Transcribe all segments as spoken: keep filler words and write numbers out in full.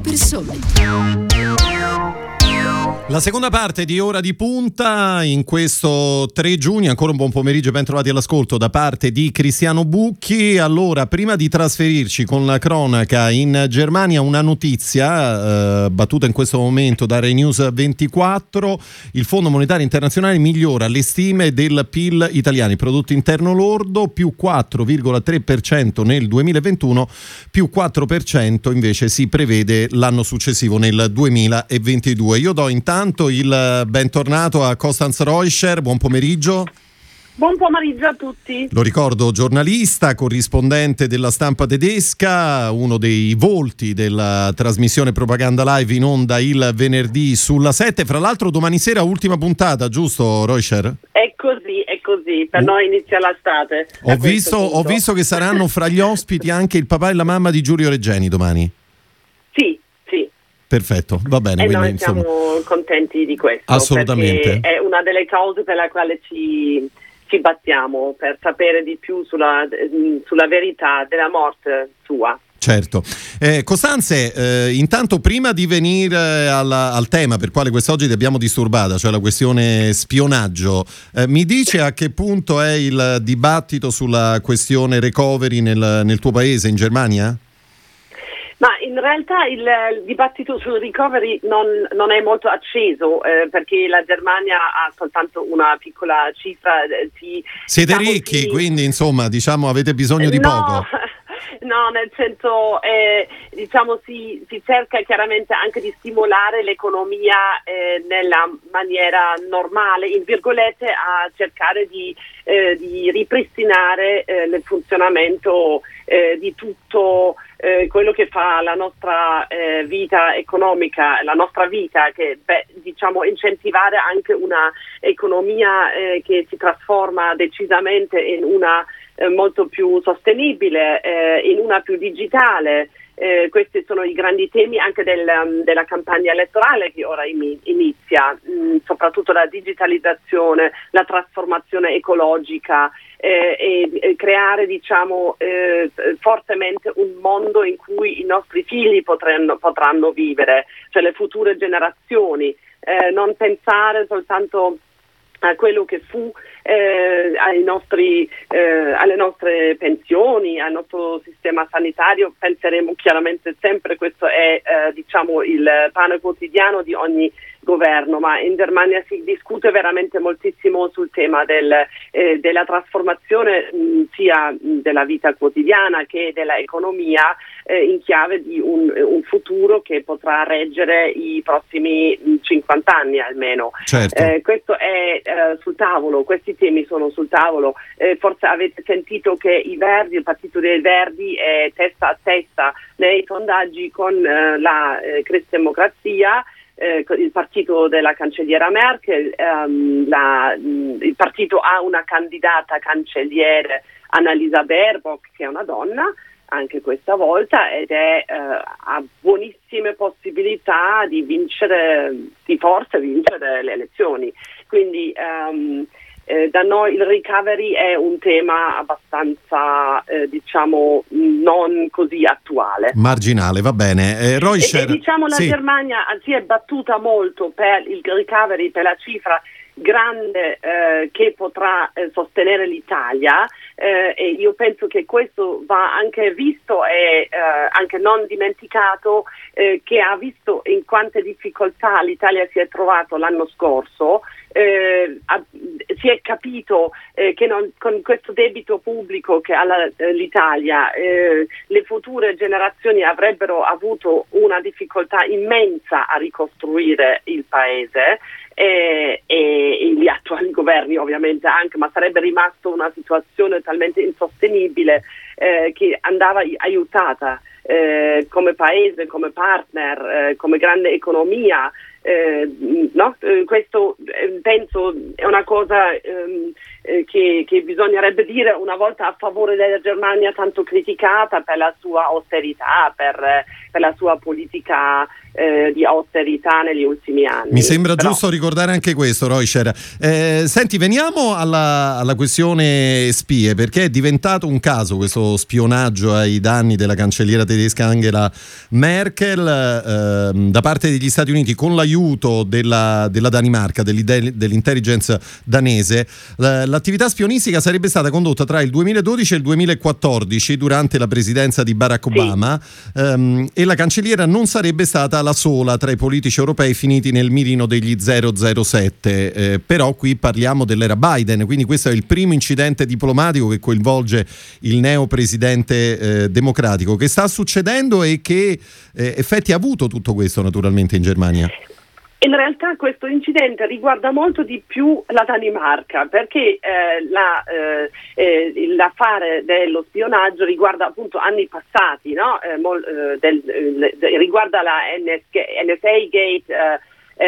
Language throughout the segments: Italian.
persone. La seconda parte di Ora di Punta in questo tre giugno, ancora un buon pomeriggio, ben trovati all'ascolto da parte di Cristiano Bucchi. Allora, prima di trasferirci con la cronaca in Germania, una notizia eh, battuta in questo momento da Rai News ventiquattro: il Fondo Monetario Internazionale migliora le stime del P I L italiano, il prodotto interno lordo, più quattro virgola tre per cento nel duemilaventuno, più quattro per cento invece si prevede l'anno successivo nel duemilaventidue. Io do intanto il bentornato a Constanz Reuscher, buon pomeriggio. Buon pomeriggio a tutti. Lo ricordo, giornalista, corrispondente della Stampa tedesca, uno dei volti della trasmissione Propaganda Live in onda il venerdì sulla sette. Fra l'altro domani sera ultima puntata, giusto Reuscher? È così, è così, per uh. noi inizia l'estate. Ho visto, ho visto che saranno fra gli ospiti anche il papà e la mamma di Giulio Regeni domani. Sì. Perfetto, va bene. E quindi, noi insomma, siamo contenti di questo. Assolutamente. È una delle cause per la quale ci, ci battiamo, per sapere di più sulla, sulla verità della morte sua. Certo. Eh, Costanze, eh, intanto prima di venire al, al tema per quale quest'oggi ti abbiamo disturbata, cioè la questione spionaggio, eh, mi dice a che punto è il dibattito sulla questione recovery nel, nel tuo paese, in Germania? Ma in realtà il, il dibattito sul recovery non, non è molto acceso eh, perché la Germania ha soltanto una piccola cifra. Eh, di, Siete diciamo, ricchi, di, quindi insomma diciamo avete bisogno di no, poco. No, nel senso eh, diciamo si, si cerca chiaramente anche di stimolare l'economia eh, nella maniera normale, in virgolette, a cercare di, eh, di ripristinare eh, il funzionamento eh, di tutto eh, quello che fa la nostra eh, vita economica, la nostra vita, che beh, diciamo incentivare anche una economia eh, che si trasforma decisamente in una eh, molto più sostenibile, eh, in una più digitale. Eh, questi sono i grandi temi anche del, um, della campagna elettorale che ora in, inizia, mh, soprattutto la digitalizzazione, la trasformazione ecologica eh, e, e creare diciamo eh, fortemente un mondo in cui i nostri figli potranno, potranno vivere, cioè le future generazioni, eh, non pensare soltanto a quello che fu eh, ai nostri, eh, alle nostre pensioni, al nostro sistema sanitario. Penseremo chiaramente sempre, questo è eh, diciamo il pane quotidiano di ogni governo, ma in Germania si discute veramente moltissimo sul tema del, eh, della trasformazione mh, sia mh, della vita quotidiana che della economia eh, in chiave di un, un futuro che potrà reggere i prossimi mh, cinquanta anni almeno. Certo. Eh, questo è eh, sul tavolo, questi temi sono sul tavolo. Eh, forse avete sentito che i Verdi, il Partito dei Verdi è testa a testa nei sondaggi con eh, la eh, Christdemokratia, Eh, il partito della cancelliera Merkel. ehm, la, mh, il partito ha una candidata cancelliere, Annalisa Baerbock, che è una donna anche questa volta ed è eh, ha buonissime possibilità di vincere, di forza vincere le elezioni. Quindi ehm, Eh, da noi il recovery è un tema abbastanza eh, diciamo non così attuale, marginale, va bene. eh, Reuscher, e, e diciamo la sì. Germania si è battuta molto per il recovery, per la cifra grande eh, che potrà eh, sostenere l'Italia, eh, e io penso che questo va anche visto e eh, anche non dimenticato, eh, che ha visto in quante difficoltà l'Italia si è trovato l'anno scorso. Eh, ha, si è capito eh, che non, con questo debito pubblico che ha la, eh, l'Italia eh, le future generazioni avrebbero avuto una difficoltà immensa a ricostruire il paese, e, e gli attuali governi ovviamente anche, ma sarebbe rimasto una situazione talmente insostenibile eh, che andava aiutata eh, come paese, come partner, eh, come grande economia. Eh, no? eh, questo eh, penso è una cosa ehm, eh, che, che bisognerebbe dire una volta a favore della Germania tanto criticata per la sua austerità, per, per la sua politica eh, di austerità negli ultimi anni. Mi sembra Però... giusto ricordare anche questo, Reuscher. Eh, senti, veniamo alla, alla questione spie, perché è diventato un caso questo spionaggio ai danni della cancelliera tedesca Angela Merkel eh, da parte degli Stati Uniti con l'aiuto della, della Danimarca, dell'intelligence danese. L'attività spionistica sarebbe stata condotta tra il duemiladodici e il duemilaquattordici durante la presidenza di Barack Obama, sì. ehm, e la cancelliera non sarebbe stata la sola tra i politici europei finiti nel mirino degli zero zero sette, eh, però qui parliamo dell'era Biden, quindi questo è il primo incidente diplomatico che coinvolge il neopresidente eh, democratico. Che sta succedendo e che eh, effetti ha avuto tutto questo naturalmente in Germania? In realtà questo incidente riguarda molto di più la Danimarca, perché eh, la, eh, eh, l'affare dello spionaggio riguarda appunto anni passati, no? eh, mol, eh, del, eh, riguarda la N S A Gate, eh,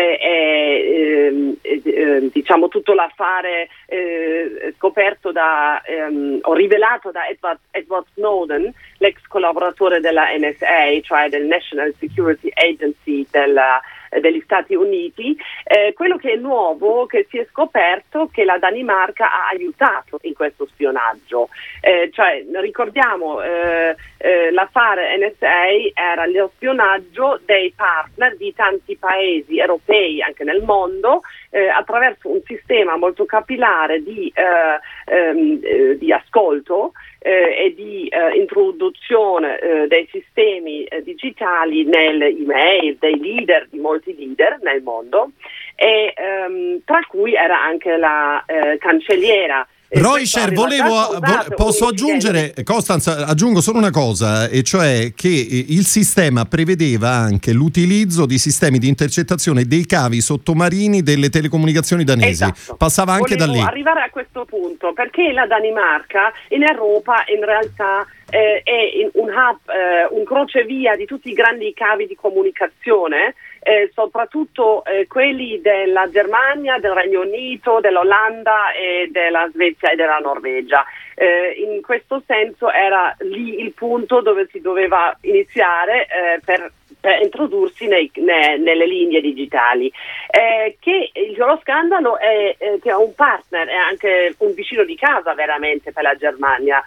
eh, eh, eh, diciamo tutto l'affare eh, scoperto da ehm, o rivelato da Edward, Edward Snowden, l'ex collaboratore della N S A, cioè del National Security Agency della degli Stati Uniti. Eh, quello che è nuovo è che si è scoperto che la Danimarca ha aiutato in questo spionaggio, eh, cioè ricordiamo eh, eh, l'affare N S A era lo spionaggio dei partner di tanti paesi europei anche nel mondo eh, attraverso un sistema molto capillare di, eh, ehm, eh, di ascolto Eh, e di eh, introduzione eh, dei sistemi eh, digitali nelle email dei leader, di molti leader nel mondo, e ehm, tra cui era anche la eh, cancelliera. Reuscher, volevo, vo- posso aggiungere, Costanza, aggiungo solo una cosa, e cioè che il sistema prevedeva anche l'utilizzo di sistemi di intercettazione dei cavi sottomarini delle telecomunicazioni danesi. Esatto. Passava anche volevo da lì. Arrivare a questo punto, perché la Danimarca in Europa in realtà eh, è un hub, eh, un crocevia di tutti i grandi cavi di comunicazione, eh, soprattutto eh, quelli della Germania, del Regno Unito, dell'Olanda e della Svezia e della Norvegia. Eh, in questo senso era lì il punto dove si doveva iniziare eh, per per introdursi nei, ne, nelle linee digitali. Eh, che il loro scandalo è eh, che ha un partner, è anche un vicino di casa veramente per la Germania,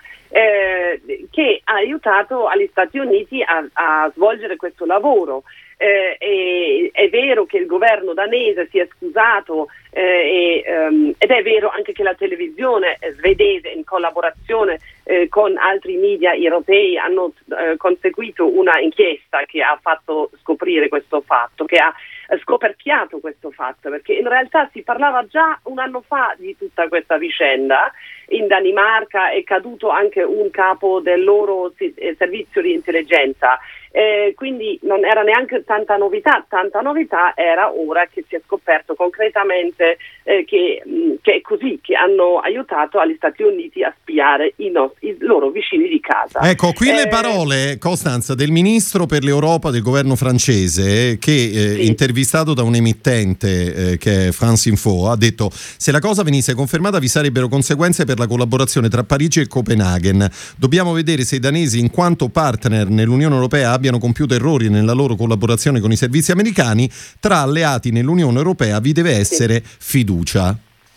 eh, che ha aiutato agli Stati Uniti a, a svolgere questo lavoro. Eh, e, è vero che il governo danese si è scusato eh, e, um, ed è vero anche che la televisione svedese in collaborazione eh, con altri media europei hanno eh, conseguito una inchiesta che ha fatto scoprire questo fatto, che ha scoperchiato questo fatto, perché in realtà si parlava già un anno fa di tutta questa vicenda. In Danimarca è caduto anche un capo del loro servizio di intelligenza, eh, quindi non era neanche tanta novità, tanta novità era ora che si è scoperto concretamente eh, che, mh, che è così, che hanno aiutato agli Stati Uniti a spiare i, no- i loro vicini di casa. Ecco, qui eh, le parole, Costanza, del ministro per l'Europa del governo francese, che eh, sì. intervistato da un emittente eh, che è France Info, ha detto: se la cosa venisse confermata vi sarebbero conseguenze per la collaborazione tra Parigi e Copenaghen. Dobbiamo vedere se i danesi, in quanto partner nell'Unione Europea, abbiano compiuto errori nella loro collaborazione con i servizi americani. Tra alleati nell'Unione Europea vi deve essere sì. fiducia.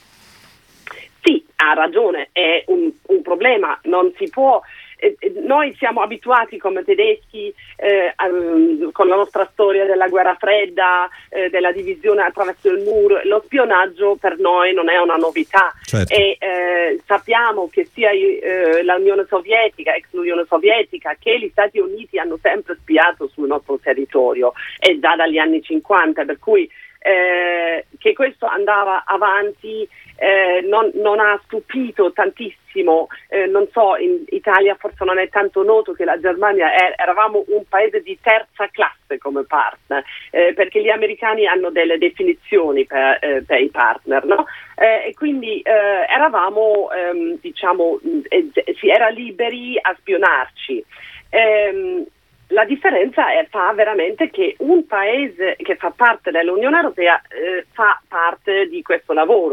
Sì, ha ragione, è un, un problema, non si può. Noi siamo abituati come tedeschi eh, um, con la nostra storia della guerra fredda, eh, della divisione attraverso il muro. Lo spionaggio per noi non è una novità, certo. e eh, sappiamo che sia eh, l'Unione Sovietica, ex Unione Sovietica, che gli Stati Uniti hanno sempre spiato sul nostro territorio, e già dagli anni cinquanta, per cui eh, che questo andava avanti eh, non, non ha stupito tantissimo. Eh, non so, in Italia forse non è tanto noto che la Germania è, eravamo un paese di terza classe come partner, eh, perché gli americani hanno delle definizioni per, eh, per i partner, no? Eh, e quindi eh, eravamo, ehm, diciamo, eh, si era liberi a spionarci. Ehm, La differenza è fa veramente che un paese che fa parte dell'Unione Europea eh, fa parte di questo lavoro.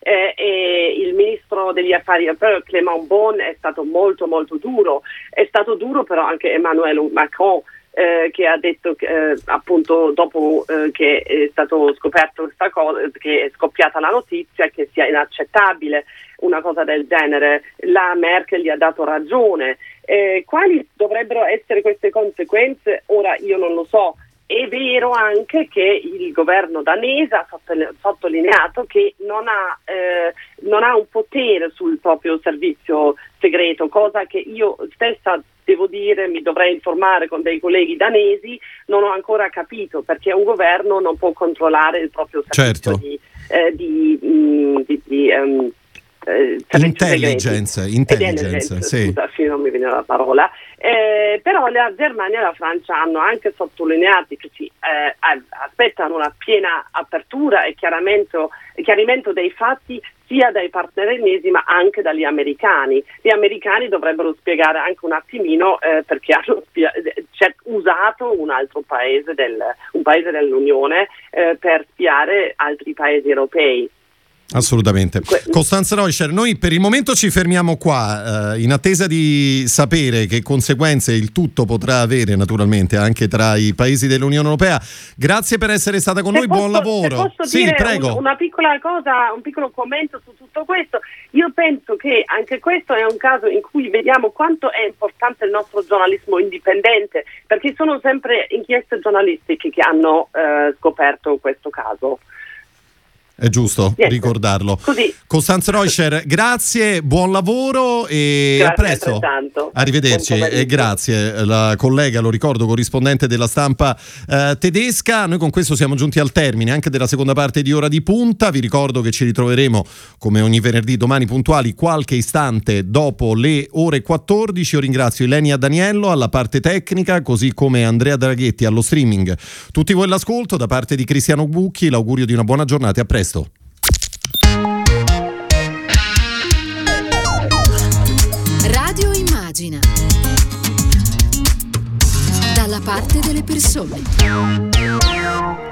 eh, e il ministro degli affari esteri Clément Beaune è stato molto molto duro, è stato duro però anche Emmanuel Macron, Eh, che ha detto che, eh, appunto dopo eh, che è stato scoperto questa cosa, che è scoppiata la notizia, che sia inaccettabile una cosa del genere. La Merkel gli ha dato ragione. Eh, quali dovrebbero essere queste conseguenze? Ora io non lo so. È vero anche che il governo danese ha sottolineato che non ha, eh, non ha un potere sul proprio servizio segreto, cosa che io stessa devo dire, mi dovrei informare con dei colleghi danesi, non ho ancora capito, perché un governo non può controllare il proprio servizio certo. di, eh, di, mh, di, di um, eh, intelligence, intelligence, sì. Scusa, sì, non mi viene la parola. Eh, però la Germania e la Francia hanno anche sottolineato che si eh, aspettano una piena apertura e chiarimento, chiarimento dei fatti sia dai partner ma anche dagli americani. Gli americani dovrebbero spiegare anche un attimino eh, perché hanno spia- c'è usato un altro paese, del, un paese dell'Unione eh, per spiare altri paesi europei. Assolutamente. Costanza Reuscher, noi per il momento ci fermiamo qua eh, in attesa di sapere che conseguenze il tutto potrà avere naturalmente anche tra i paesi dell'Unione Europea. Grazie per essere stata con se noi, posso, buon lavoro. Se posso sì, dire prego. Un, una piccola cosa, un piccolo commento su tutto questo. Io penso che anche questo è un caso in cui vediamo quanto è importante il nostro giornalismo indipendente, perché sono sempre inchieste giornalistiche che hanno eh, scoperto questo caso. È giusto Niente. ricordarlo. Così. Costanza Reuscher, grazie, buon lavoro e grazie a presto. Altrettanto. Arrivederci e grazie. La collega, lo ricordo, corrispondente della stampa eh, tedesca. Noi con questo siamo giunti al termine anche della seconda parte di Ora di Punta. Vi ricordo che ci ritroveremo come ogni venerdì domani puntuali qualche istante dopo le ore quattordici. Io ringrazio Ilenia Daniello alla parte tecnica, così come Andrea Draghetti allo streaming. Tutti voi all'ascolto, da parte di Cristiano Bucchi l'augurio di una buona giornata e a presto. Radio Immagina, dalla parte delle persone.